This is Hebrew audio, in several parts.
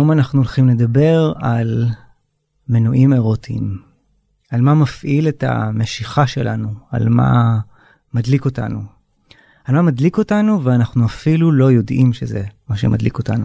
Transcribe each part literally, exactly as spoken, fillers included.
היום אנחנו הולכים לדבר על מנועים אירוטיים, על מה מפעיל את המשיכה שלנו, על מה מדליק אותנו. על מה מדליק אותנו ואנחנו אפילו לא יודעים שזה מה שמדליק אותנו.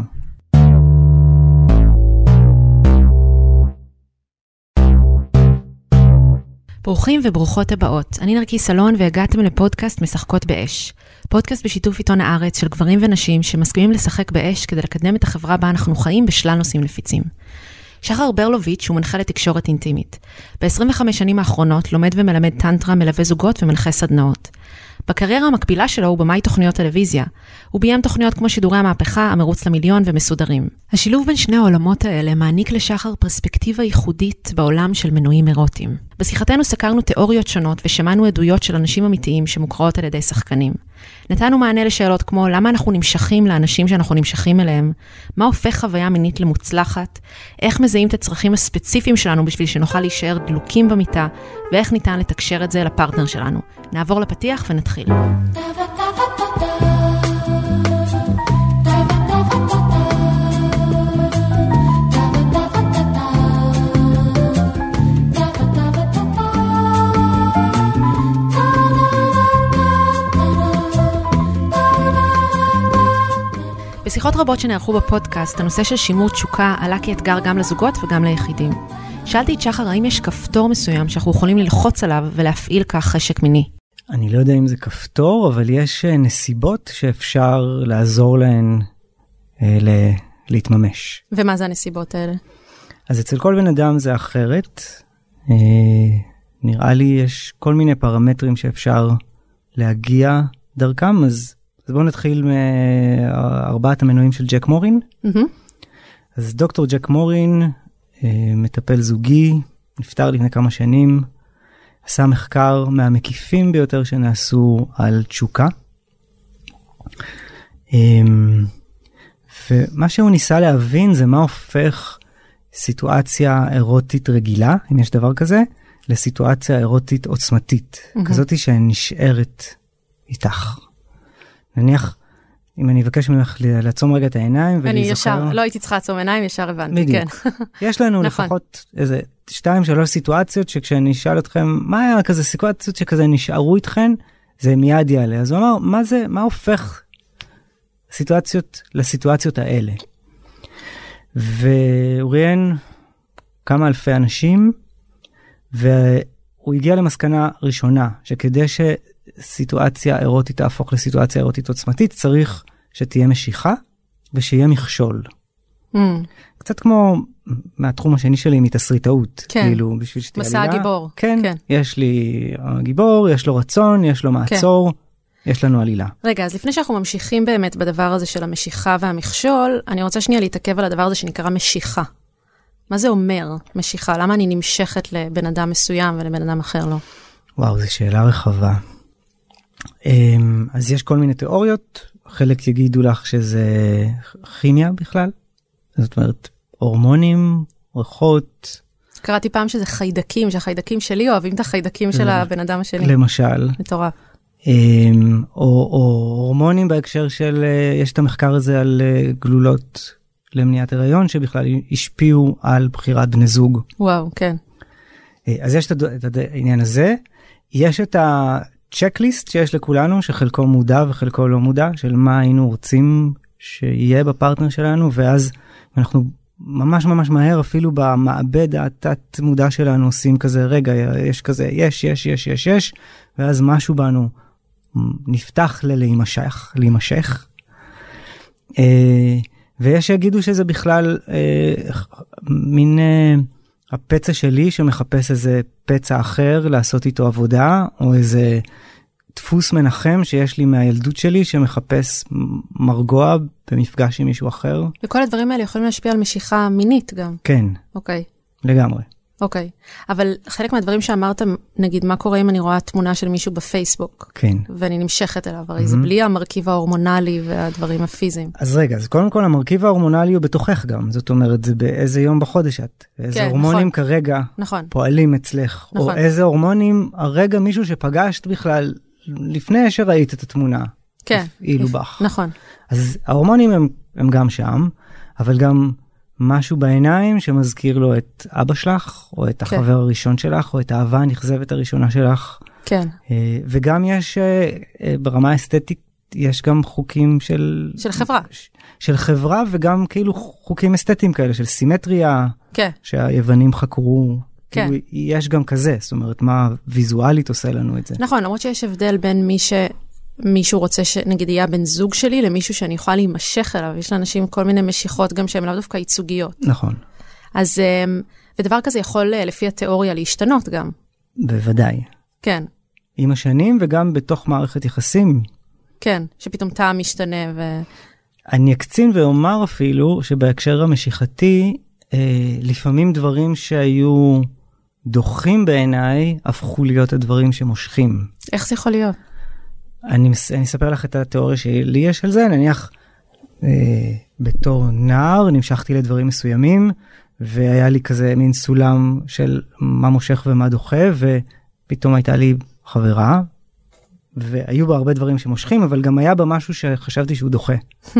ברוכים וברוכות הבאות. אני נרקיס סלון והגעתם לפודקאסט משחקות באש. פודקאסט בשיתוף עיתון הארץ של גברים ונשים שמסכימים לשחק באש כדי לקדם את החברה בה אנחנו חיים בשלל נושאים נפיצים. שחר ברלוביץ' הוא מנחה לתקשורת אינטימית. ב-עשרים וחמש שנים האחרונות לומד ומלמד טנטרה, מלווה זוגות ומנחה סדנאות. בקריירה המקבילה שלו הוא במאי תוכניות טלוויזיה. הוא ביים תוכניות כמו שידורי המהפכה, המרוץ למיליון ומסודרים. השילוב בין שני העולמות האלה מעניק לשחר פרספקטיבה ייחודית בעולם של מנועים אירוטיים. בשיחתנו סקרנו תיאוריות שונות ושמענו עדויות של אנשים אמיתיים שמוקראות על ידי שחקנים. נתנו מענה לשאלות כמו למה אנחנו נמשכים לאנשים שאנחנו נמשכים אליהם, מה הופך חוויה מינית למוצלחת, איך מזהים את הצרכים הספציפיים שלנו בשביל שנוכל להישאר דלוקים במיטה, ואיך ניתן לתקשר את זה לפרטנר שלנו. נעבור לפתיח ונתחיל. בשיחות רבות שנערכו בפודקאסט, הנושא של שימור תשוקה עלה כאתגר גם לזוגות וגם ליחידים. שאלתי את שחר האם יש כפתור מסוים שאנחנו יכולים ללחוץ עליו ולהפעיל כך חשק מיני. אני לא יודע אם זה כפתור, אבל יש נסיבות שאפשר לעזור להן אה, ל- להתממש. ומה זה הנסיבות האלה? אז אצל כל בן אדם זה אחרת. אה, נראה לי יש כל מיני פרמטרים שאפשר להגיע דרכם, אז אז בואו נתחיל מארבעת המנועים של ג'ק מורין. Mm-hmm. אז דוקטור ג'ק מורין, מטפל זוגי, נפטר לפני כמה שנים, עשה מחקר מהמקיפים ביותר שנעשו על תשוקה. ומה שהוא ניסה להבין זה מה הופך סיטואציה אירוטית רגילה, אם יש דבר כזה, לסיטואציה אירוטית עוצמתית, mm-hmm. כזאת שנשארת איתך. נניח, אם אני אבקש ממך לעצום רגע את העיניים, אני ישר, לא הייתי צריכה לעצום עיניים, ישר הבנתי, בדיוק. כן. יש לנו לפחות איזה שתיים, שלוש סיטואציות, שכשאני אשאל אתכם, מה היה כזה סיטואציות שכזה נשארו איתכן, זה מיד יעלה. אז הוא אמר, מה זה, מה הופך סיטואציות לסיטואציות האלה? והוא ראיין כמה אלפי אנשים, והוא הגיע למסקנה ראשונה, שכדי ש... סיטואציה אירוטית תהפוך לסיטואציה אירוטית עוצמתית, צריך שתהיה משיכה ושיהיה מכשול. Mm. קצת כמו מהתחום השני שלי מתסריטאות. כן. כאילו, בשביל שתהיה מסע עלילה. הגיבור. כן, כן. יש לי גיבור, יש לו רצון, יש לו מעצור, כן. יש לנו עלילה. רגע, אז לפני שאנחנו ממשיכים באמת בדבר הזה של המשיכה והמכשול, אני רוצה שנייה להתעכב על הדבר הזה שנקרא משיכה. מה זה אומר משיכה? למה אני נמשכת לבן אדם מסוים ולבן אדם אחר לא? וואו, זו שאלה רחבה. אז יש כל מיני תיאוריות, חלק יגידו לך שזה כימיה בכלל, זאת אומרת, הורמונים, ריחות. קראתי פעם שזה חיידקים, שהחיידקים שלי אוהבים את החיידקים של הבן אדם השני. למשל. מטורף. או, או הורמונים בהקשר של, יש את המחקר הזה על גלולות למניעת הריון, שבכלל השפיעו על בחירת בני זוג. וואו, כן. אז יש את העניין הזה, יש את ה... צ'קליסט שיש לכולנו, שחלקו מודע וחלקו לא מודע, של מה היינו רוצים שיהיה בפרטנר שלנו, ואז אנחנו ממש ממש מהר, אפילו במעבד התת מודע שלנו, עושים כזה, רגע, יש כזה, יש, יש, יש, יש, יש, ואז משהו בנו נפתח ללהימשך, להימשך. ויש שיגידו שזה בכלל מין... הפצע שלי שמחפש איזה פצע אחר, לעשות איתו עבודה, או איזה דפוס מנחם שיש לי מהילדות שלי, שמחפש מרגוע במפגש עם מישהו אחר. וכל הדברים האלה יכולים להשפיע על משיכה מינית גם. כן. אוקיי. לגמרי. אוקיי. אבל חלק מהדברים שאמרת, נגיד, מה קורה אם אני רואה תמונה של מישהו בפייסבוק? כן. ואני נמשכת אליו, הרי זה בלי המרכיב ההורמונלי והדברים הפיזיים. אז רגע, אז קודם כל המרכיב ההורמונלי הוא בתוכך גם, זאת אומרת, זה באיזה יום בחודש את, איזה הורמונים כרגע פועלים אצלך, או איזה הורמונים, הרגע מישהו שפגשת בכלל, לפני שראית את התמונה, כן. אילו בך. נכון. אז ההורמונים הם, הם גם שם, אבל גם משהו בעיניים שמזכיר לו את אבא שלך, או את החבר הראשון שלך, או את האהבה הנכזבת הראשונה שלך. כן. וגם יש, ברמה האסתטית, יש גם חוקים של... של חברה. של חברה, וגם כאילו חוקים אסתטיים כאלה, של סימטריה, כן. שהיוונים חקרו. כן. כאילו, יש גם כזה, זאת אומרת, מה ויזואלית עושה לנו את זה. נכון, למרות שיש הבדל בין מי ש... מישהו רוצה שנגיד יהיה בן זוג שלי, למישהו שאני יכולה להימשך אליו. יש לאנשים כל מיני משיכות גם שהן לא דווקא ייצוגיות. נכון. אז, ודבר כזה יכול לפי התיאוריה להשתנות גם. בוודאי. כן. עם השנים וגם בתוך מערכת יחסים. כן, שפתאום טעם משתנה ו... אני אקצין ואומר אפילו שבהקשר המשיכתי, אה, לפעמים דברים שהיו דוחים בעיניי, הפכו להיות הדברים שמושכים. איך זה יכול להיות? אני, אני אספר לך את התיאוריה שלי יש על זה, נניח אה, בתור נער נמשכתי לדברים מסוימים, והיה לי כזה מין סולם של מה מושך ומה דוחה, ופתאום הייתה לי חברה, והיו בה הרבה דברים שמושכים, אבל גם היה בה משהו שחשבתי שהוא דוחה.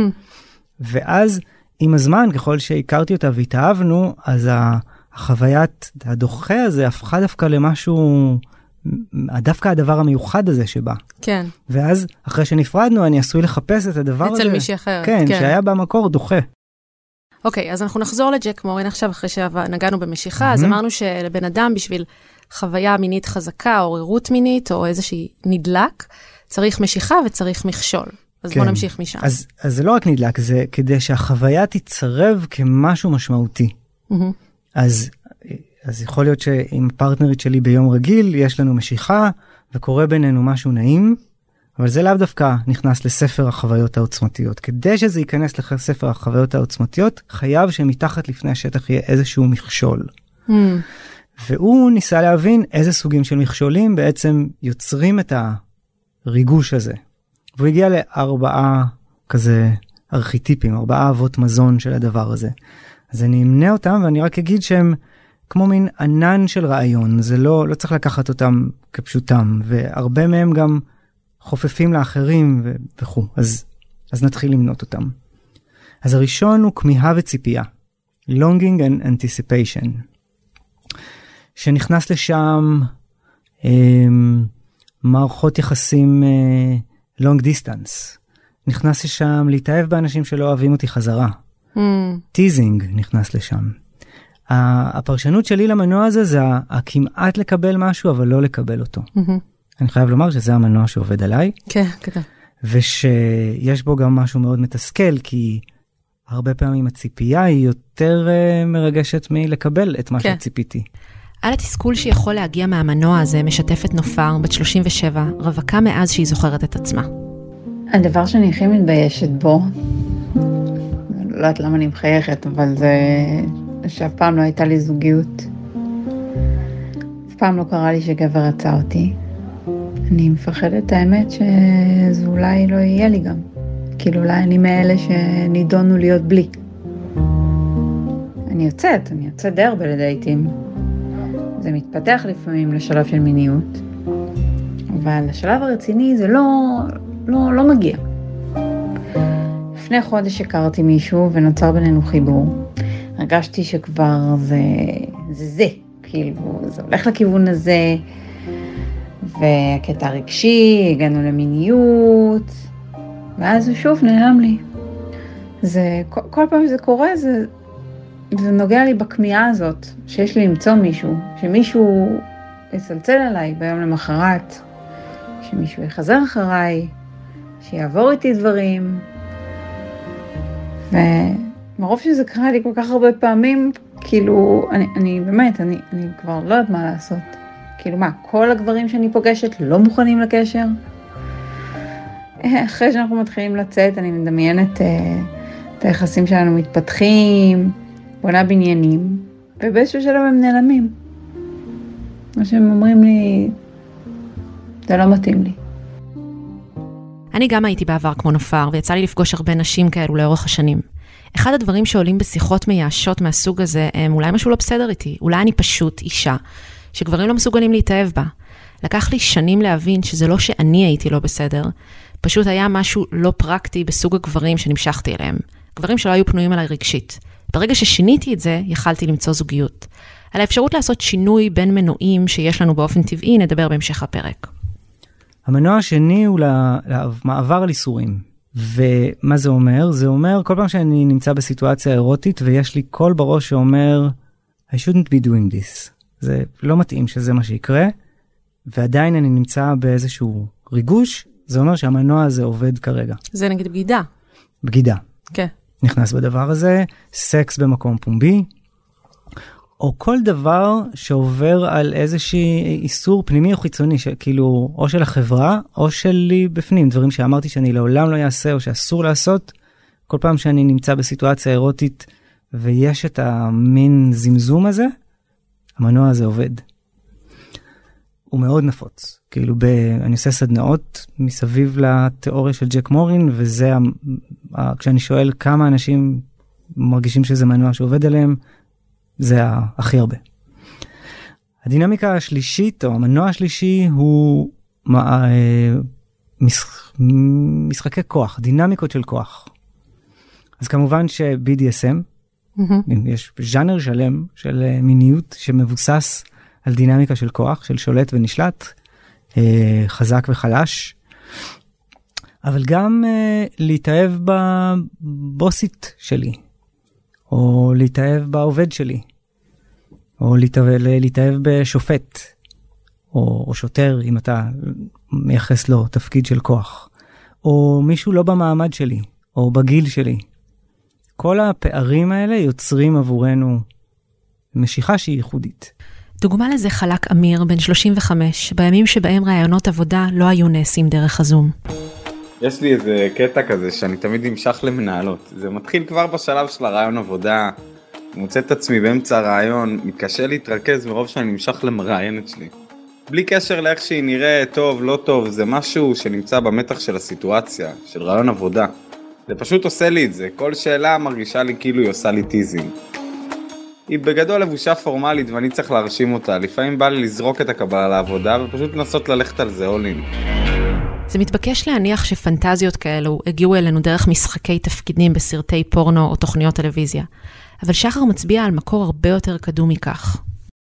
ואז עם הזמן, ככל שהכרתי אותה והתאהבנו, אז החוויית הדוחה הזה הפכה דווקא למשהו... דווקא הדבר המיוחד הזה שבא. כן. ואז, אחרי שנפרדנו, אני עשוי לחפש את הדבר הזה. אצל מישהי אחרת. כן, כן, שהיה במקור דוחה. אוקיי, אז אנחנו נחזור לג'ק מורן עכשיו, אחרי שנגענו במשיכה, אז אמרנו שלבן אדם, בשביל חוויה מינית חזקה, או עוררות מינית, או איזושהי נדלק, צריך משיכה וצריך מכשול. אז בוא נמשיך משם. אז, אז זה לא רק נדלק, זה כדי שהחוויה תצרב כמשהו משמעותי. אז... אז יכול להיות שעם פרטנרית שלי ביום רגיל, יש לנו משיכה, וקורה בינינו משהו נעים, אבל זה לאו דווקא נכנס לספר החוויות העוצמתיות. כדי שזה ייכנס לספר החוויות העוצמתיות, חייב שמתחת לפני השטח יהיה איזשהו מכשול. Mm. והוא ניסה להבין איזה סוגים של מכשולים בעצם יוצרים את הריגוש הזה. והוא הגיע לארבעה כזה ארכיטיפים, ארבעה אבות מזון של הדבר הזה. אז אני אמנה אותם, ואני רק אגיד שהם כמו מין ענן של רעיון, זה לא, לא צריך לקחת אותם כפשוטם, והרבה מהם גם חופפים לאחרים ו- וכו'. אז, אז נתחיל למנות אותם. אז הראשון הוא כמיהה וציפייה. longing and anticipation. שנכנס לשם אה, מערכות יחסים אה, long distance. נכנס לשם להתאהב באנשים שלא אוהבים אותי חזרה. Mm. teasing נכנס לשם. הפרשנות שלי למנוע הזה זה הכמעט לקבל משהו, אבל לא לקבל אותו. אני חייב לומר שזה המנוע שעובד עליי. כן, ככה. ושיש בו גם משהו מאוד מתסכל, כי הרבה פעמים הציפייה היא יותר מרגשת מלקבל את מה שציפיתי. על התסכול שיכול להגיע מהמנוע הזה, משתפת נופר, בת שלושים ושבע, רווקה מאז שהיא זוכרת את עצמה. הדבר שאני הכי מתביישת בו, לא יודעת למה אני מחייכת, אבל זה... שאף פעם לא הייתה לי זוגיות. אף פעם לא קרה לי שגבר רצה אותי. אני מפחדת האמת שזה אולי לא יהיה לי גם. כאילו אולי אני מאלה שנידונו להיות בלי. אני יוצאת, אני יוצאת די הרבה לדייטים. זה מתפתח לפעמים לשלב של מיניות. אבל לשלב הרציני זה לא, לא, לא מגיע. לפני חודש הכרתי מישהו ונוצר בינינו חיבור. הרגשתי שכבר זה, זה זה, כאילו, זה הולך לכיוון הזה, והקטע הרגשי, הגענו למיניות, ואז הוא שוב נעלם לי. זה, כל, כל פעם שזה קורה, זה, זה נוגע לי בכמיהה הזאת, שיש לי למצוא מישהו, שמישהו יצלצל עליי ביום למחרת, שמישהו יחזר אחריי, שיעבור איתי דברים, ו... מרוב שזה קרה לי כל כך הרבה פעמים, כאילו, אני, אני באמת, אני, אני כבר לא יודעת מה לעשות. כאילו מה, כל הגברים שאני פוגשת לא מוכנים לקשר? אחרי שאנחנו מתחילים לצאת, אני מדמיינת אה, את היחסים שלנו מתפתחים, בונה בניינים, ובאיזשהו שלב הם נעלמים. מה שהם אומרים לי, זה לא מתאים לי. אני גם הייתי בעבר כמו נופר, ויצא לי לפגוש הרבה נשים כאלו לאורך השנים. אחד הדברים שעולים בשיחות מייאשות מהסוג הזה, הם אולי משהו לא בסדר איתי, אולי אני פשוט אישה, שגברים לא מסוגלים להתאהב בה. לקח לי שנים להבין שזה לא שאני הייתי לא בסדר, פשוט היה משהו לא פרקטי בסוג הגברים שנמשכתי אליהם. גברים שלא היו פנויים עליי רגשית. ברגע ששיניתי את זה, יכלתי למצוא זוגיות. על האפשרות לעשות שינוי בין מנועים שיש לנו באופן טבעי, נדבר בהמשך הפרק. המנוע השני הוא למעבר על איסורים. ומה זה אומר? זה אומר כל פעם שאני נמצא בסיטואציה אירוטית, ויש לי קול בראש שאומר, I shouldn't be doing this. זה לא מתאים שזה מה שיקרה, ועדיין אני נמצא באיזשהו ריגוש, זה אומר שהמנוע הזה עובד כרגע. זה נגיד בגידה. בגידה. כן. נכנס בדבר הזה, סקס במקום פומבי, או כל דבר שעובר על איזושהי איסור פנימי או חיצוני, כאילו, או של החברה, או שלי בפנים, דברים שאמרתי שאני לעולם לא אעשה, או שאסור לעשות, כל פעם שאני נמצא בסיטואציה אירוטית, ויש את המין זמזום הזה, המנוע הזה עובד. הוא מאוד נפוץ. כאילו, ב... אני עושה סדנאות מסביב לתיאוריה של ג'ק מורין, וזה, כשאני שואל כמה אנשים מרגישים שזה מנוע שעובד עליהם, זה הכי הרבה. הדינמיקה השלישית, או המנוע השלישי, הוא משחקי כוח, דינמיקות של כוח. אז כמובן ש-בי די אס אם, יש ז'אנר שלם של מיניות שמבוסס על דינמיקה של כוח, של שולט ונשלט, חזק וחלש, אבל גם להתאהב בבוסית שלי, או להתאהב בעובד שלי, או להתאהב, להתאהב בשופט, או, או שוטר, אם אתה מייחס לו תפקיד של כוח, או מישהו לא במעמד שלי, או בגיל שלי. כל הפערים האלה יוצרים עבורנו משיכה שהיא ייחודית. דוגמה לזה חלק אמיר, בן שלושים וחמש, בימים שבהם רעיונות עבודה לא היו נעשים דרך הזום. יש לי איזה קטע כזה שאני תמיד נמשך למנהלות. זה מתחיל כבר בשלב של הרעיון עבודה, מוצא את עצמי באמצע הרעיון, מתקשה להתרכז מרוב שאני נמשך למראיינת שלי. בלי קשר לאיך שהיא נראה טוב, לא טוב, זה משהו שנמצא במתח של הסיטואציה, של רעיון עבודה. זה פשוט עושה לי את זה, כל שאלה מרגישה לי כאילו היא עושה לי טיזינג. היא בגדול לבושה פורמלית ואני צריך להרשים אותה, לפעמים בא לי לזרוק את הקבלה לעבודה ופשוט לנסות ללכת על זה אולין. זה מתבקש להניח שפנטזיות כאלו הגיעו אלינו דרך משחקי תפקידים בסרטי פורנו או תוכניות טלוויזיה. אבל שחר מצביע על מקור הרבה יותר קדום מכך.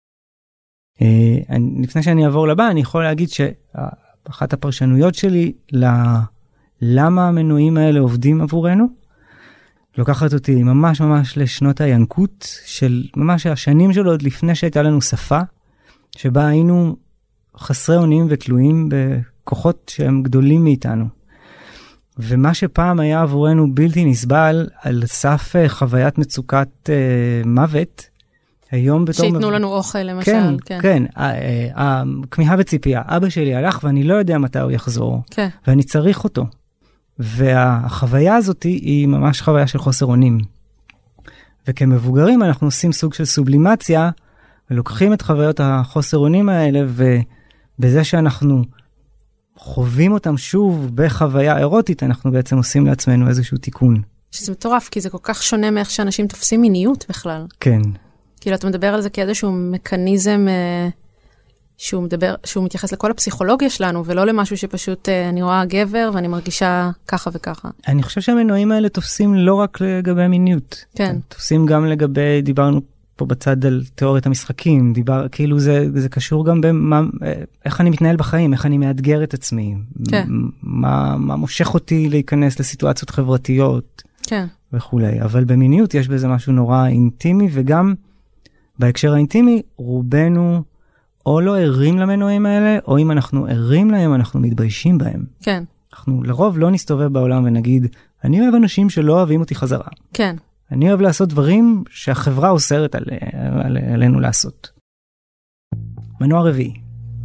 לפני שאני אעבור לבא, אני יכול להגיד שאחת הפרשנויות שלי למה המנועים האלה עובדים עבורנו, לוקחת אותי ממש ממש לשנות הינקות, של ממש השנים שלו עוד לפני שהייתה לנו שפה, שבה היינו חסרי אונים ותלויים בכוחות שהם גדולים מאיתנו. ומה שפעם היה עבורנו בלתי נסבל, על סף חוויית מצוקת אה, מוות, היום בתור... שיתנו לנו אוכל למשל. כן, כן. כן. הכמיהה וציפייה. אבא שלי הלך ואני לא יודע מתי הוא יחזור. כן. ואני צריך אותו. והחוויה הזאת היא ממש חוויה של חוסר אונים. וכמבוגרים אנחנו עושים סוג של סובלימציה, ולוקחים את חוויות החוסר אונים האלה, ובזה שאנחנו חווים אותם שוב בחוויה אירוטית, אנחנו בעצם עושים לעצמנו איזשהו תיקון. שזה מטורף, כי זה כל כך שונה מאיך שאנשים תופסים מיניות בכלל. כן. כאילו, אתה מדבר על זה כאיזשהו מקניזם שהוא מדבר, שהוא מתייחס לכל הפסיכולוגיה שלנו, ולא למשהו שפשוט אני רואה גבר ואני מרגישה ככה וככה. אני חושב שהמנועים האלה תופסים לא רק לגבי מיניות. כן. תופסים גם לגבי, דיברנו פה בצד על תיאוריית המשחקים, דיבר, כאילו זה, זה קשור גם במה, איך אני מתנהל בחיים, איך אני מאתגר את עצמי. כן. מה, מה מושך אותי להיכנס לסיטואציות חברתיות. כן. וכולי. אבל במיניות יש בזה משהו נורא אינטימי, וגם בהקשר האינטימי, רובנו או לא ערים למנועים האלה, או אם אנחנו ערים להם, אנחנו מתביישים בהם. כן. אנחנו לרוב לא נסתובב בעולם ונגיד, אני אוהב אנשים שלא אוהבים אותי חזרה. כן. אני אוהב לעשות דברים שהחברה אוסרת על, על, עלינו לעשות. מנוע רביעי.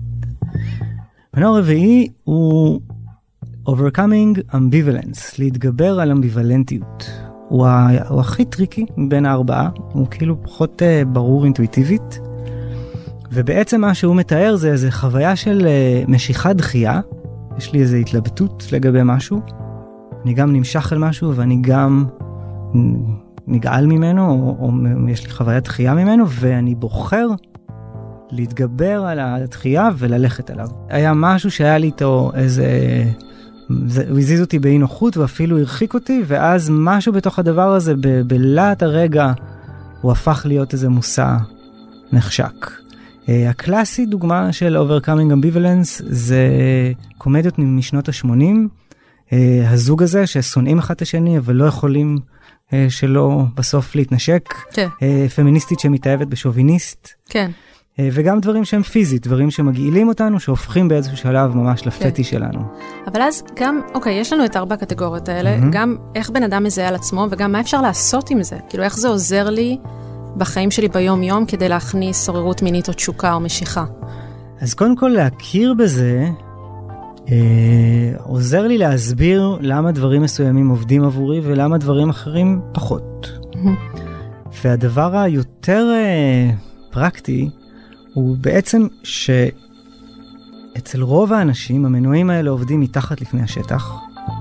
מנוע רביעי הוא overcoming ambivalence, להתגבר על אמביוולנטיות. הוא, ה, הוא הכי טריקי בין הארבעה, הוא כאילו פחות uh, ברור אינטואיטיבית, ובעצם מה שהוא מתאר זה איזו חוויה של uh, משיכה דחייה, יש לי איזו התלבטות לגבי משהו, אני גם נמשך על משהו ואני גם נגעל ממנו, או, או יש לי חוויית דחייה ממנו, ואני בוחר להתגבר על הדחייה וללכת עליו. היה משהו שהיה לי איתו איזה... זה, הוא הזיז אותי באי נוחות ואפילו הרחיק אותי, ואז משהו בתוך הדבר הזה, ב- בלעת הרגע, הוא הפך להיות איזה מושא נחשק. הקלאסי דוגמה של Overcoming Ambivalence זה קומדיות משנות ה-שמונים, הזוג הזה ששונאים אחד את השני אבל לא יכולים שלא בסוף להתנשק, כן. פמיניסטית שמתאהבת בשוביניסט, כן. וגם דברים שהם פיזית, דברים שמגעילים אותנו, שהופכים באיזשהו שלב ממש לפטי שלנו. אבל אז גם, אוקיי, יש לנו את ארבע הקטגוריות האלה, גם איך בן אדם מזהה על עצמו, וגם מה אפשר לעשות עם זה. כאילו, איך זה עוזר לי בחיים שלי ביום יום, כדי להכניס סוררות מינית או תשוקה או משיכה. אז קודם כל להכיר בזה, אה, עוזר לי להסביר למה דברים מסוימים עובדים עבורי, ולמה דברים אחרים פחות. והדבר היותר אה, פרקטי, הוא בעצם שאצל רוב האנשים המנועים האלה עובדים מתחת לפני השטח,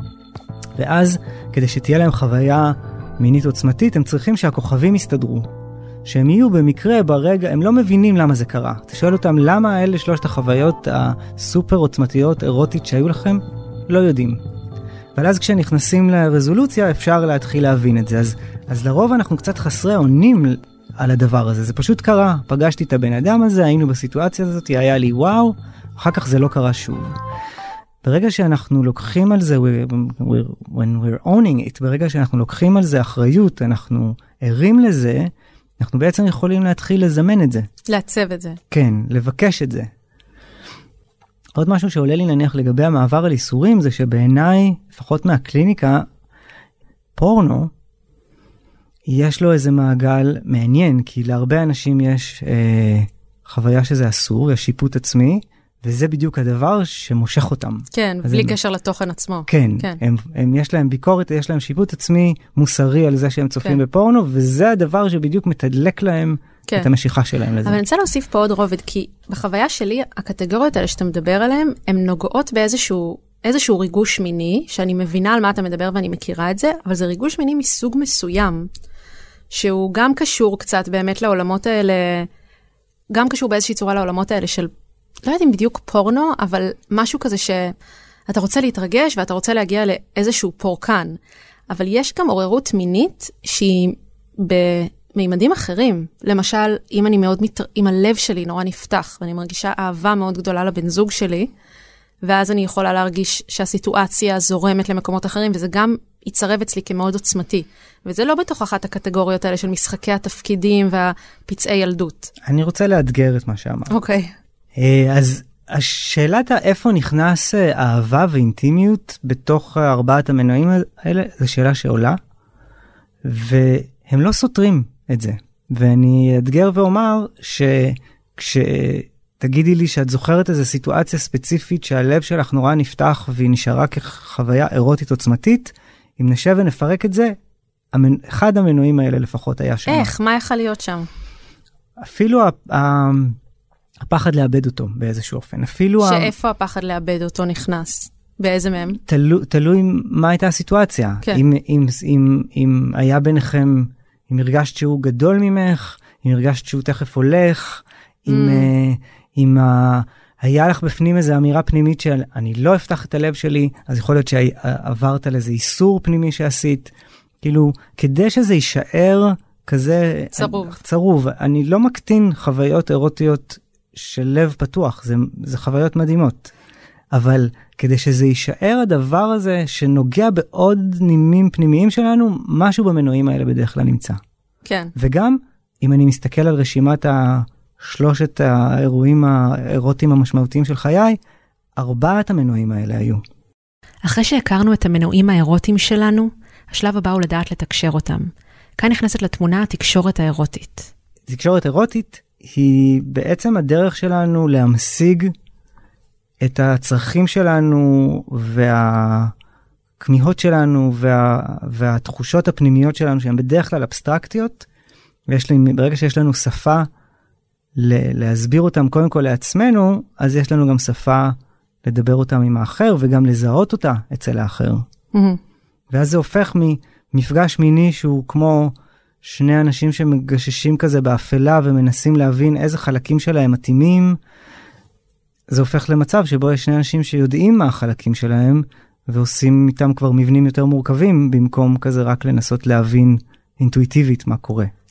ואז כדי שתהיה להם חוויה מינית עוצמתית, הם צריכים שהכוכבים יסתדרו, שהם יהיו במקרה ברגע, הם לא מבינים למה זה קרה. אתה שואל אותם למה האלה שלושת החוויות הסופר עוצמתיות, אירוטית שהיו לכם, לא יודעים. אבל אז כשנכנסים לרזולוציה אפשר להתחיל להבין את זה. אז, אז לרוב אנחנו קצת חסרי עונים על הדבר הזה. זה פשוט קרה. פגשתי את הבן אדם הזה, היינו בסיטואציה הזאת, היה לי וואו, אחר כך זה לא קרה שוב. ברגע שאנחנו לוקחים על זה, we're, we're, when we're owning it, ברגע שאנחנו לוקחים על זה אחריות, אנחנו ערים לזה, אנחנו בעצם יכולים להתחיל לזמן את זה. לעצב את זה. כן, לבקש את זה. עוד משהו שעולה לי נניח לגבי המעבר על איסורים, זה שבעיניי, לפחות מהקליניקה, פורנו, יש לו איזה מעגל מעניין, כי להרבה אנשים יש אה, חוויה שזה אסור, יש שיפוט עצמי, וזה בדיוק הדבר שמושך אותם. כן, בלי הם, קשר לתוכן עצמו. כן, כן. הם, הם, יש להם ביקורת, יש להם שיפוט עצמי מוסרי על זה שהם צופים כן. בפורנו, וזה הדבר שבדיוק מתדלק להם כן. את המשיכה שלהם לזה. אבל אני רוצה להוסיף פה עוד רובד, כי בחוויה שלי, הקטגוריות האלה שאתה מדבר עליהן, הן נוגעות באיזשהו איזשהו ריגוש מיני, שאני מבינה על מה אתה מדבר ואני מכירה את זה, אבל זה ריגוש מיני מסוג מסוים, שהוא גם קשור קצת באמת לעולמות האלה, גם קשור באיזושהי צורה לעולמות האלה של, לא יודעים בדיוק פורנו, אבל משהו כזה שאתה רוצה להתרגש ואתה רוצה להגיע לאיזשהו פורקן. אבל יש גם עוררות מינית שהיא במימדים אחרים. למשל, אם אני מאוד, מת... אם הלב שלי נורא נפתח, ואני מרגישה אהבה מאוד גדולה לבן זוג שלי, ואז אני יכולה להרגיש שהסיטואציה זורמת למקומות אחרים, וזה גם יצרב אצלי כמאוד עוצמתי. וזה לא בתוך אחת הקטגוריות האלה של משחקי התפקידים והפצעי ילדות. אני רוצה לאתגר את מה שאמרת. אוקיי. אז השאלת איפה נכנס אהבה ואינטימיות בתוך ארבעת המנועים האלה, זו שאלה שעולה, והם לא סותרים את זה. ואני אתגר ואומר שכשתגידי לי שאת זוכרת איזו סיטואציה ספציפית שהלב שלך נורא נפתח והיא נשארה כחוויה אירוטית עוצמתית, אם נשב ונפרק את זה, אחד המנועים האלה לפחות היה שם. איך? מה יכול להיות שם? אפילו הפחד לאבד אותו באיזשהו אופן. אפילו שאיפה הפחד לאבד אותו נכנס? באיזה מהם? תלו, תלוי מה הייתה הסיטואציה. כן. אם, אם, אם, אם היה ביניכם, אם הרגשת שהוא גדול ממך, אם הרגשת שהוא תכף הולך, mm. אם, אם ה, היה לך בפנים איזו אמירה פנימית של אני לא אפתח את הלב שלי, אז יכול להיות שעברת על איזה איסור פנימי שעשית. כאילו, כדי שזה יישאר כזה צרוב. צרוב. אני לא מקטין חוויות אירוטיות של לב פתוח, זה, זה חוויות מדהימות. אבל כדי שזה יישאר הדבר הזה שנוגע בעוד נימים פנימיים שלנו, משהו במנועים האלה בדרך כלל נמצא. כן. וגם, אם אני מסתכל על רשימת השלושת האירועים האירוטיים המשמעותיים של חיי, ארבעת המנועים האלה היו. אחרי שהכרנו את המנועים האירוטיים שלנו, השלב הבא הוא לדעת לתקשר אותם. כאן נכנסת לתמונה התקשורת האירוטית. תקשורת אירוטית היא בעצם הדרך שלנו להמשיג את הצרכים שלנו והכמיהות שלנו וה, והתחושות הפנימיות שלנו שהן בדרך כלל אבסטרקטיות, ויש לי, ברגע שיש לנו שפה ל, להסביר אותם קודם כל לעצמנו, אז יש לנו גם שפה לדבר אותם עם האחר וגם לזהות אותה אצל האחר. Mm-hmm. ואז זה הופך ממפגש מיני שהוא כמו שני אנשים שמגששים כזה באפלה ומנסים להבין איזה חלקים שלהם מתאימים. זה הופך למצב שבו יש שני אנשים שיודעים מה החלקים שלהם ועושים איתם כבר מבנים יותר מורכבים במקום כזה רק לנסות להבין אינטואיטיבית מה קורה.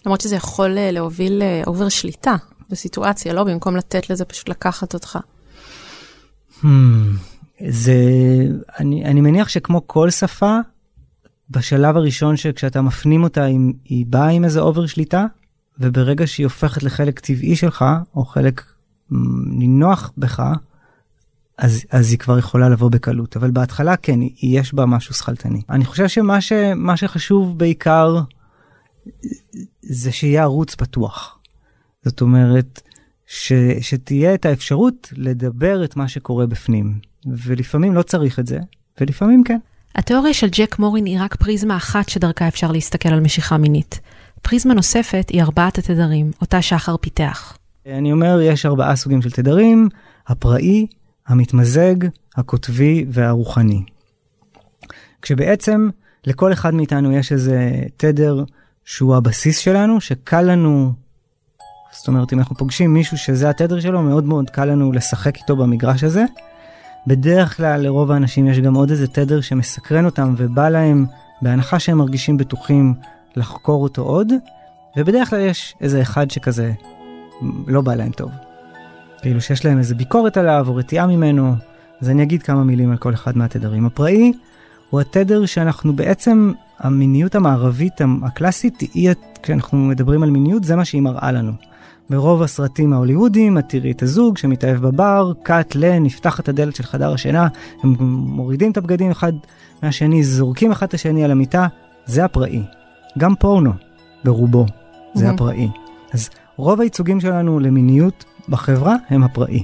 למרות שזה יכול להוביל אובר שליטה בסיטואציה, לא? במקום לתת לזה פשוט לקחת אותך. Hmm, זה, אני, אני מניח שכמו כל שפה, בשלב הראשון שכשאתה מפנים אותה, היא, היא באה עם איזה אובר שליטה, וברגע שהיא הופכת לחלק טבעי שלך, או חלק נינוח בך, אז, אז היא כבר יכולה לבוא בקלות. אבל בהתחלה כן, יש בה משהו שחלטני. אני חושב שמה ש, מה שחשוב בעיקר, זה שיהיה ערוץ פתוח. זאת אומרת, ש, שתהיה את האפשרות לדבר את מה שקורה בפנים. ולפעמים לא צריך את זה, ולפעמים כן. התיאוריה של ג'ק מורין היא רק פריזמה אחת שדרכה אפשר להסתכל על משיכה מינית. פריזמה נוספת היא ארבעת התדרים, אותה שחר פיתח. אני אומר, יש ארבעה סוגים של תדרים, הפראי, המתמזג, הכותבי והרוחני. כשבעצם לכל אחד מאיתנו יש איזה תדר שהוא הבסיס שלנו, שקל לנו, זאת אומרת, אם אנחנו פוגשים מישהו שזה התדר שלו, מאוד מאוד קל לנו לשחק איתו במגרש הזה. בדרך כלל לרוב האנשים יש גם עוד איזה תדר שמסקרן אותם, ובא להם, בהנחה שהם מרגישים בטוחים, לחקור אותו עוד, ובדרך כלל יש איזה אחד שכזה לא בא להם טוב. כאילו שיש להם איזה ביקורת עליו או רתיעה ממנו, אז אני אגיד כמה מילים על כל אחד מהתדרים. הפראי הוא התדר שאנחנו בעצם, המיניות המערבית הקלאסית, היא, כשאנחנו מדברים על מיניות, זה מה שהיא מראה לנו. ברוב הסרטים ההוליוודיים, את תראי את הזוג שמתאהב בבר, קאט, לן, נפתח את הדלת של חדר השינה, הם מורידים את הבגדים אחד מהשני, זורקים אחד את השני על המיטה, זה הפראי. גם פורנו, ברובו, זה הפראי. אז רוב הייצוגים שלנו למיניות בחברה הם הפראי.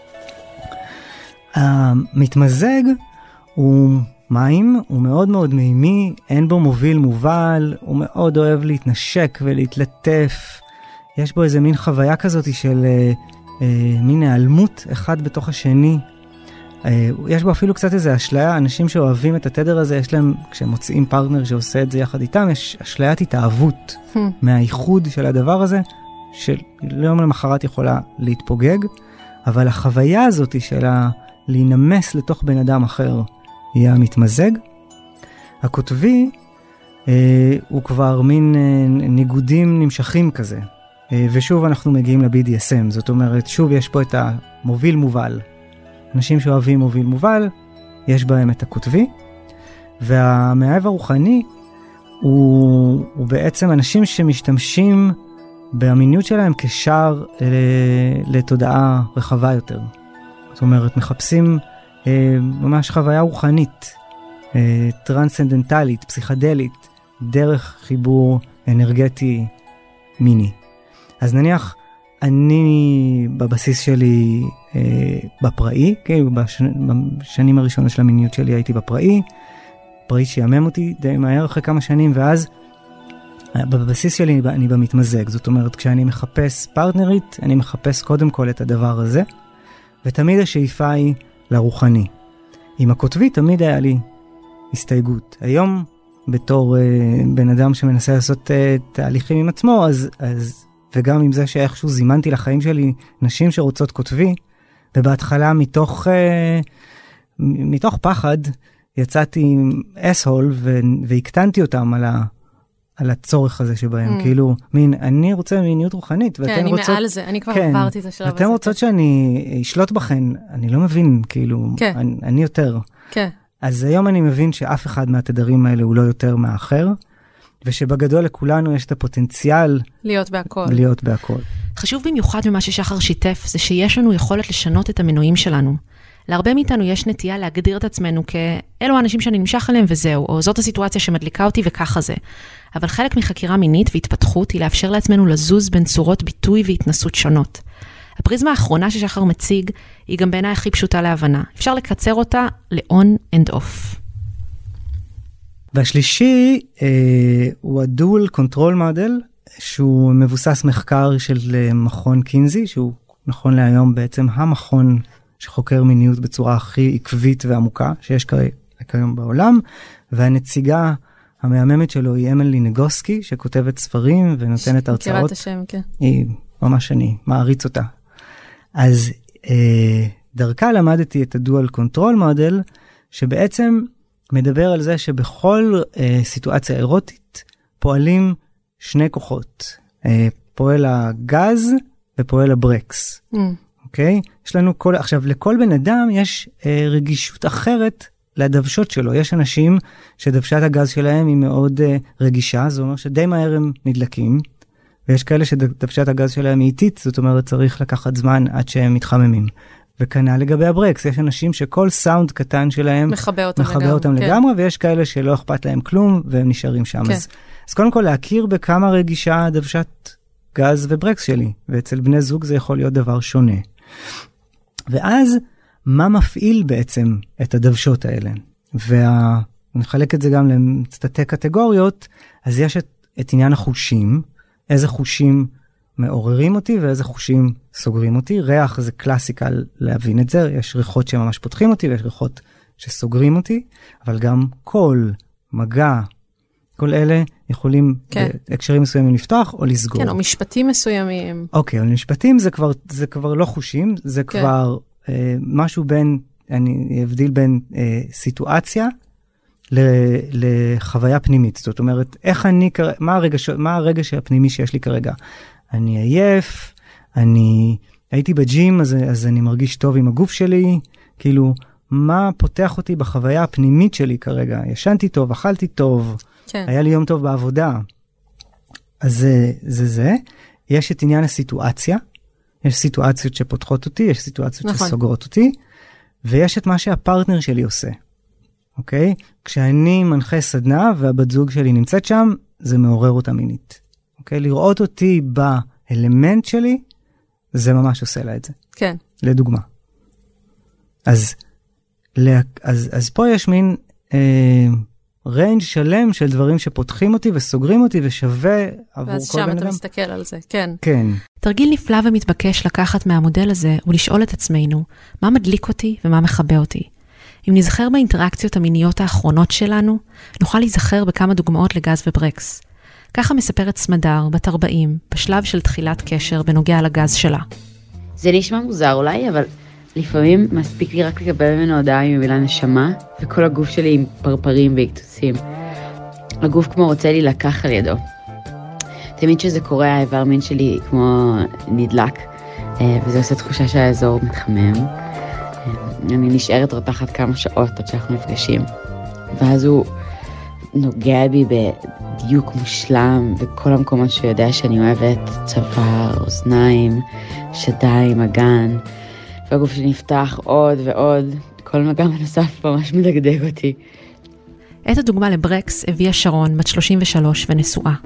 המתמזג הוא מים, הוא מאוד מאוד מימי, אין בו מוביל מובל, הוא מאוד אוהב להתנשק ולהתלטף. יש בו איזה מין חוויה כזאת של אה, אה, מין העלמות אחד בתוך השני. אה, יש בו אפילו קצת איזה אשליה, אנשים שאוהבים את התדר הזה, יש להם, כשהם מוצאים פרטנר שעושה את זה יחד איתם, יש אשליית התאהבות hmm. מהייחוד של הדבר הזה, שליום למחרת יכולה להתפוגג, אבל החוויה הזאת של להינמס לתוך בן אדם אחר, היא המתמזג. הכותבי, אה, הוא כבר מין אה, ניגודים נמשכים כזה. אה, ושוב אנחנו מגיעים ל-בי די אס אם, זאת אומרת, שוב יש פה את המוביל מובל. אנשים שאוהבים מוביל מובל, יש בהם את הכותבי. והמאהב הרוחני, הוא, הוא בעצם אנשים שמשתמשים במיניות שלהם כשער אה, לתודעה רחבה יותר. זאת אומרת, מחפשים אה, ממש חוויה רוחנית, אה, טרנסצנדנטלית, פסיכדלית, דרך חיבור אנרגטי מיני. אז נניח, אני בבסיס שלי אה, בפראי, כאילו בשנים הראשונות של המיניות שלי הייתי בפראי, פראי שיאמם אותי די מהר אחרי כמה שנים, ואז בבסיס שלי אני במתמזג. זאת אומרת, כשאני מחפש פרטנרית, אני מחפש קודם כל את הדבר הזה, ותמיד השאיפה היא לרוחני. עם הכותבי תמיד היה לי הסתייגות. היום, בתור uh, בן אדם שמנסה לעשות uh, תהליכים עם עצמו, אז, אז, וגם עם זה שאיכשהו זימנתי לחיים שלי נשים שרוצות כותבי, ובהתחלה מתוך, uh, מתוך פחד, יצאתי עם אס-הול והקטנתי אותם על, ה, על הצורך הזה שבהם. Mm. כאילו, מין, אני רוצה מיניות רוחנית. כן, אני רוצות, מעל זה, אני כבר כן, עברתי את השלב הזה. אתם רוצות שאני אשלוט בכן, אני לא מבין, כאילו, כן. אני, אני יותר. כן. אז היום אני מבין שאף אחד מהתדרים האלה הוא לא יותר מהאחר, ושבגדול לכולנו יש את הפוטנציאל להיות בהכל. להיות בהכל. חשוב במיוחד ממה ששחר שיתף, זה שיש לנו יכולת לשנות את המנועים שלנו. להרבה מאיתנו יש נטייה להגדיר את עצמנו כאלו האנשים שאני נמשך אליהם וזהו, או זאת הסיטואציה שמדליקה אותי וככה זה. אבל חלק מחקירה מינית והתפתחות היא לאפשר לעצמנו לזוז בין צורות ביטוי והתנסות שונות. הפריזמה האחרונה ששחר מציג היא גם בעיניי הכי פשוטה להבנה. אפשר לקצר אותה ל-on and off. והשלישי אה, הוא הדואל קונטרול מודל, שהוא מבוסס מחקר של מכון קינזי, שהוא נכון להיום בעצם המכון שחוקר מיניות בצורה הכי עקבית ועמוקה שיש כיום בעולם, והנציגה המהממת שלו היא אמילי נגוסקי, שכותבת ספרים ונותנת הרצאות. מכירה את השם, כן. היא ממש אני מעריץ אותה. אז אה, דרכה למדתי את הדואל קונטרול מודל, שבעצם מדבר על זה שבכל אה, סיטואציה אירוטית פועלים שני כוחות. פועל הגז ופועל הברקס. Mm. אוקיי? יש לנו כל, עכשיו לכל בן אדם יש אה, רגישות אחרת לדוושות שלו. יש אנשים שדוושת הגז שלהם היא מאוד אה, רגישה, זאת אומרת שדי מהר הם נדלקים, ויש כאלה שדוושת הגז שלהם היא איטית, זאת אומרת צריך לקחת זמן עד שהם מתחממים. וכנ"ל לגבי הברקס, יש אנשים שכל סאונד קטן שלהם מחבר אותם, מחבר לגמרי, אותם כן. לגמרי, ויש כאלה שלא אכפת להם כלום, והם נשארים שם. כן. אז, אז קודם כל להכיר בכמה רגישה דוושת גז וברקס שלי, ואצל בני זוג זה יכול להיות דבר שונה. ואז, מה מפעיל בעצם את הדוושות האלה? ונחלק את זה גם לתתי קטגוריות, אז יש את, את עניין החושים, איזה חושים מעוררים אותי ואיזה חושים סוגרים אותי. ריח זה קלאסיקה להבין את זה, יש ריחות שממש פותחים אותי ויש ריחות שסוגרים אותי, אבל גם קול, מגע, כל אלה יכולים כן. בהקשרים מסוימים לפתוח או לסגור. כן, או משפטים מסוימים. אוקיי, אבל משפטים זה כבר, זה כבר לא חושים, זה כן. כבר אה, משהו בין, אני אבדיל בין אה, סיטואציה ל, לחוויה פנימית. זאת אומרת, איך אני, מה הרגש, מה הרגש הפנימי שיש לי כרגע? אני עייף, אני הייתי בג'ים, אז, אז אני מרגיש טוב עם הגוף שלי, כאילו, מה פותח אותי בחוויה הפנימית שלי כרגע? ישנתי טוב, אכלתי טוב, כן. היה לי יום טוב בעבודה. אז זה, זה זה. יש את עניין הסיטואציה, יש סיטואציות שפותחות אותי, יש סיטואציות נכון. שסוגרות אותי, ויש את מה שהפרטנר שלי עושה. אוקיי? כשאני מנחה סדנה והבת זוג שלי נמצאת שם, זה מעורר אותה מינית. אוקיי? לראות אותי באלמנט שלי, זה ממש עושה לה את זה. כן. לדוגמה. אז, אז, אז פה יש מין אה, ריינג' שלם של דברים שפותחים אותי וסוגרים אותי ושווה עבור כל בן אדם. ואז שם אתה מסתכל על זה, כן. כן. תרגיל נפלא ומתבקש לקחת מהמודל הזה ולשאול את עצמנו, מה מדליק אותי ומה מחבא אותי? אם נזכר באינטראקציות המיניות האחרונות שלנו, נוכל להיזכר בכמה דוגמאות לגז וברקס. ככה מספרת סמדר, בת ארבעים, בשלב של תחילת קשר בנוגע לגז שלה. זה נשמע מוזר אולי, אבל לפעמים מספיק לי רק לקבל ממנו הודעה עם המילה נשמה, וכל הגוף שלי עם פרפרים והקטוסים. הגוף כמו רוצה לי לקח על ידו. תמיד שזה קורה, האיבר מין שלי כמו נדלק, וזה עושה תחושה שהאזור מתחמם. אני נשארת רותחת כמה שעות עד שאנחנו נפגשים. ואז הוא נוגע בי בדיוק מושלם, וכל המקומות שהוא יודע שאני אוהבת, צוואר, אוזניים, שדיים, אגן, והגוף שלי נפתח עוד ועוד, כל מגע מנוסף ממש מדגדג אותי. את הדוגמה לברקס הביאה שרון, בת שלושים ושלוש ונשואה.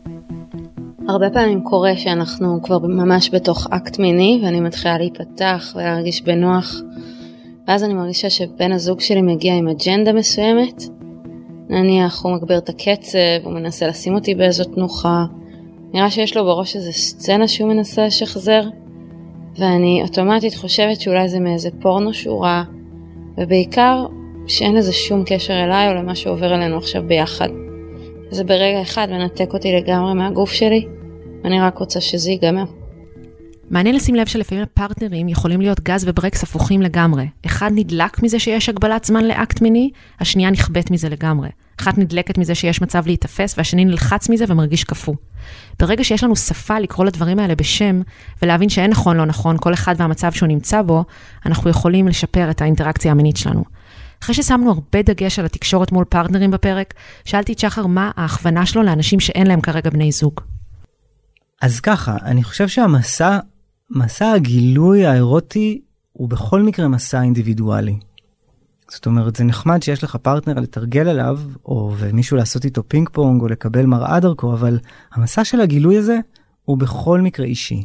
הרבה פעמים קורה שאנחנו כבר ממש בתוך אקט מיני, ואני מתחילה להיפתח ולהרגיש בנוח, ואז אני מרגישה שבן הזוג שלי מגיע עם אג'נדה מסוימת, נניח הוא מגביר את הקצב, הוא מנסה לשים אותי באיזו תנוחה, נראה שיש לו בראש איזו סצנה שהוא מנסה לשחזר, ואני אוטומטית חושבת שאולי זה מאיזה פורנו שהוא ראה, ובעיקר שאין לזה שום קשר אליי או למה שעובר אלינו עכשיו ביחד. זה ברגע אחד מנתק אותי לגמרי מהגוף שלי, ואני רק רוצה שזה ייגמר. מעניין לשים לב שלפעמים הפרטנרים יכולים להיות גז וברקס הפוכים לגמרי. אחד נדלק מזה שיש הגבלת זמן לאקט מיני, השנייה נכבט מזה לגמרי. אחת נדלקת מזה שיש מצב להתאפס, והשני נלחץ מזה ומרגיש כפו. ברגע שיש לנו שפה לקרוא לדברים האלה בשם, ולהבין שאין נכון לא נכון, כל אחד והמצב שהוא נמצא בו, אנחנו יכולים לשפר את האינטראקציה המינית שלנו. אחרי ששמנו הרבה דגש על התקשורת מול פרטנרים בפרק, שאלתי את שחר מה ההכוונה שלו לאנשים שאין להם כרגע בני זוג. אז ככה, אני חושב שהמסע, מסע הגילוי האירוטי הוא בכל מקרה מסע אינדיבידואלי. זאת אומרת, זה נחמד שיש לך פרטנר לתרגל עליו, או ומישהו לעשות איתו פינג פונג, או לקבל מראה דרכו, אבל המסע של הגילוי הזה הוא בכל מקרה אישי.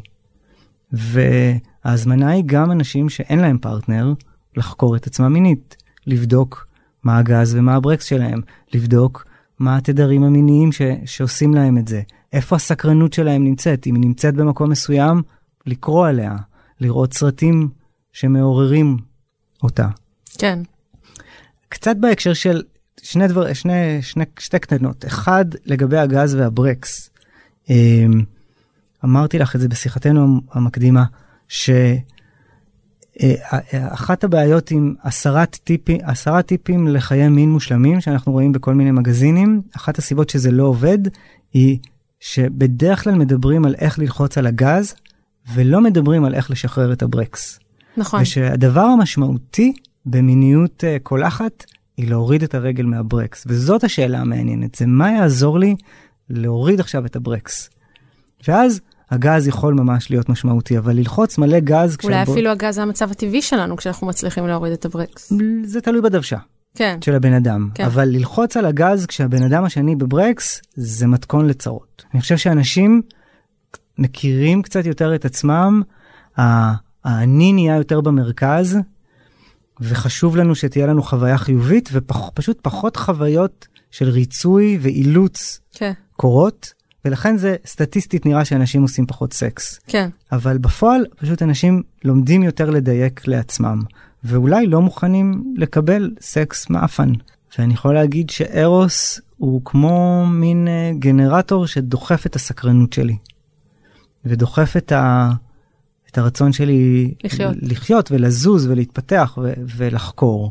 וההזמנה היא גם אנשים שאין להם פרטנר לחקור את עצמם מינית. לבדוק מה הגז ומה הברקס שלהם, לבדוק מה התדרים המיניים ש, שעושים להם את זה, איפה הסקרנות שלהם נמצאת, אם היא נמצאת במקום מסוים, לקרוא עליה, לראות סרטים שמעוררים אותה. כן. קצת בהקשר של שני דבר, שני, שני, שתי קטנות, אחד לגבי הגז והברקס, אמרתי לך את זה בשיחתנו המקדימה, ש... אחת הבעיות עם עשרת טיפים, עשרה טיפים לחיי מין מושלמים, שאנחנו רואים בכל מיני מגזינים, אחת הסיבות שזה לא עובד, היא שבדרך כלל מדברים על איך ללחוץ על הגז, ולא מדברים על איך לשחרר את הברקס. נכון. ושהדבר המשמעותי במיניות uh, קולחת, היא להוריד את הרגל מהברקס. וזאת השאלה המעניינת, זה מה יעזור לי להוריד עכשיו את הברקס. ואז הגז יכול ממש להיות משמעותי, אבל ללחוץ מלא גז... אולי כשהבור... אפילו הגז זה המצב הטבעי שלנו, כשאנחנו מצליחים להוריד את הברקס. זה תלוי בדוושה. כן. של הבן אדם. כן. אבל ללחוץ על הגז כשהבן אדם השני בברקס, זה מתכון לצרות. אני חושב שאנשים מכירים קצת יותר את עצמם, האני נהיה יותר במרכז, וחשוב לנו שתהיה לנו חוויה חיובית, ופשוט פחות חוויות של ריצוי ואילוץ כן. קורות, ולכן זה סטטיסטית נראה שאנשים עושים פחות סקס. כן. אבל בפועל פשוט אנשים לומדים יותר לדייק לעצמם, ואולי לא מוכנים לקבל סקס מאפן. ואני יכול להגיד שארוס הוא כמו מין גנרטור שדוחף את הסקרנות שלי, ודוחף את ה... את הרצון שלי לחיות, לחיות ולזוז ולהתפתח ו- ולחקור.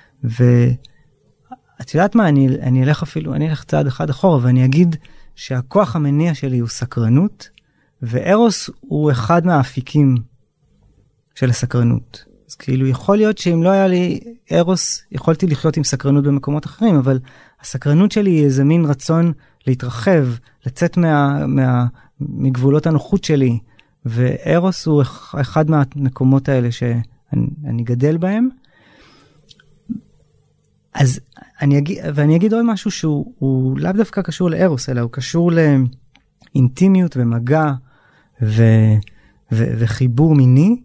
ואת יודעת מה, אני, אני אלך אפילו, אני אלך צעד אחד אחורה, ואני אגיד שהכוח המניע שלי הוא סקרנות, וארוס הוא אחד מהאפיקים של הסקרנות. אז כאילו יכול להיות שאם לא היה לי ארוס, יכולתי לחיות עם סקרנות במקומות אחרים, אבל הסקרנות שלי היא איזה מין רצון להתרחב, לצאת מה, מה, מגבולות הנוחות שלי, וארוס הוא אחד מהמקומות האלה שאני גדל בהם. אז אני אגיד, ואני אגיד עוד משהו שהוא לאו דווקא קשור לארוס, אלא הוא קשור לאינטימיות ומגע ו, ו, וחיבור מיני,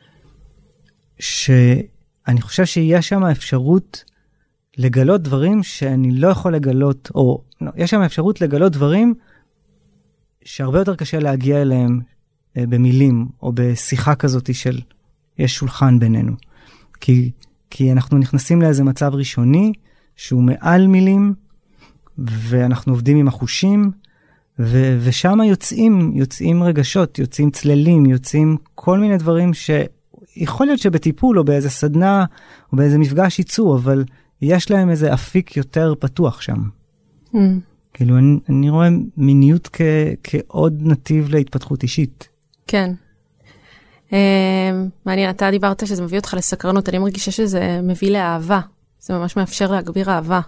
שאני חושב שיש שם אפשרות לגלות דברים שאני לא יכול לגלות, או לא, יש שם אפשרות לגלות דברים שהרבה יותר קשה להגיע אליהם במילים, או בשיחה כזאת של יש שולחן בינינו. כי, כי אנחנו נכנסים לאיזה מצב ראשוני, שהוא מעל מילים, ואנחנו עובדים עם החושים, ו, ושם יוצאים, יוצאים רגשות, יוצאים צללים, יוצאים כל מיני דברים שיכול להיות שבטיפול, או באיזה סדנה, או באיזה מפגש ייצוא, אבל יש להם איזה אפיק יותר פתוח שם. Mm. כאילו, אני, אני רואה מיניות כ, כעוד נתיב להתפתחות אישית. כן. מעניין, אתה דיברת שזה מביא אותך לסקרנות, אני מרגישה שזה מביא לאהבה. זה ממש מאפשר להגביר אהבה.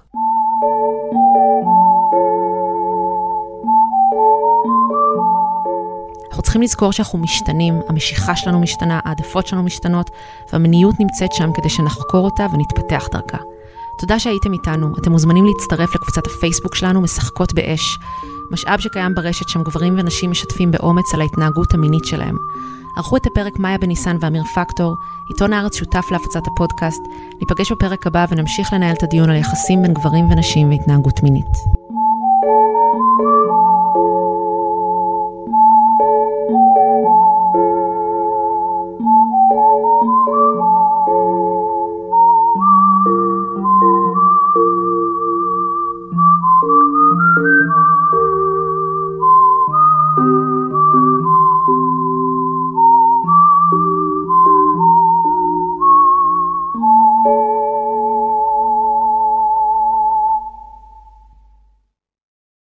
אנחנו צריכים לזכור שאנחנו משתנים, המשיכה שלנו משתנה, העדפות שלנו משתנות, והמיניות נמצאת שם כדי שנחקור אותה ונתפתח דרכה. תודה שהייתם איתנו. אתם מוזמנים להצטרף לקבוצת הפייסבוק שלנו, משחקות באש. משאב שקיים ברשת שם גברים ונשים משתפים באומץ על ההתנהגות המינית שלהם. ערכו את הפרק מאיה בניסן ואמיר פקטור, עיתון הארץ שותף להפצת הפודקאסט. ניפגש בפרק הבא ונמשיך לנהל את הדיון על יחסים בין גברים ונשים והתנהגות מינית.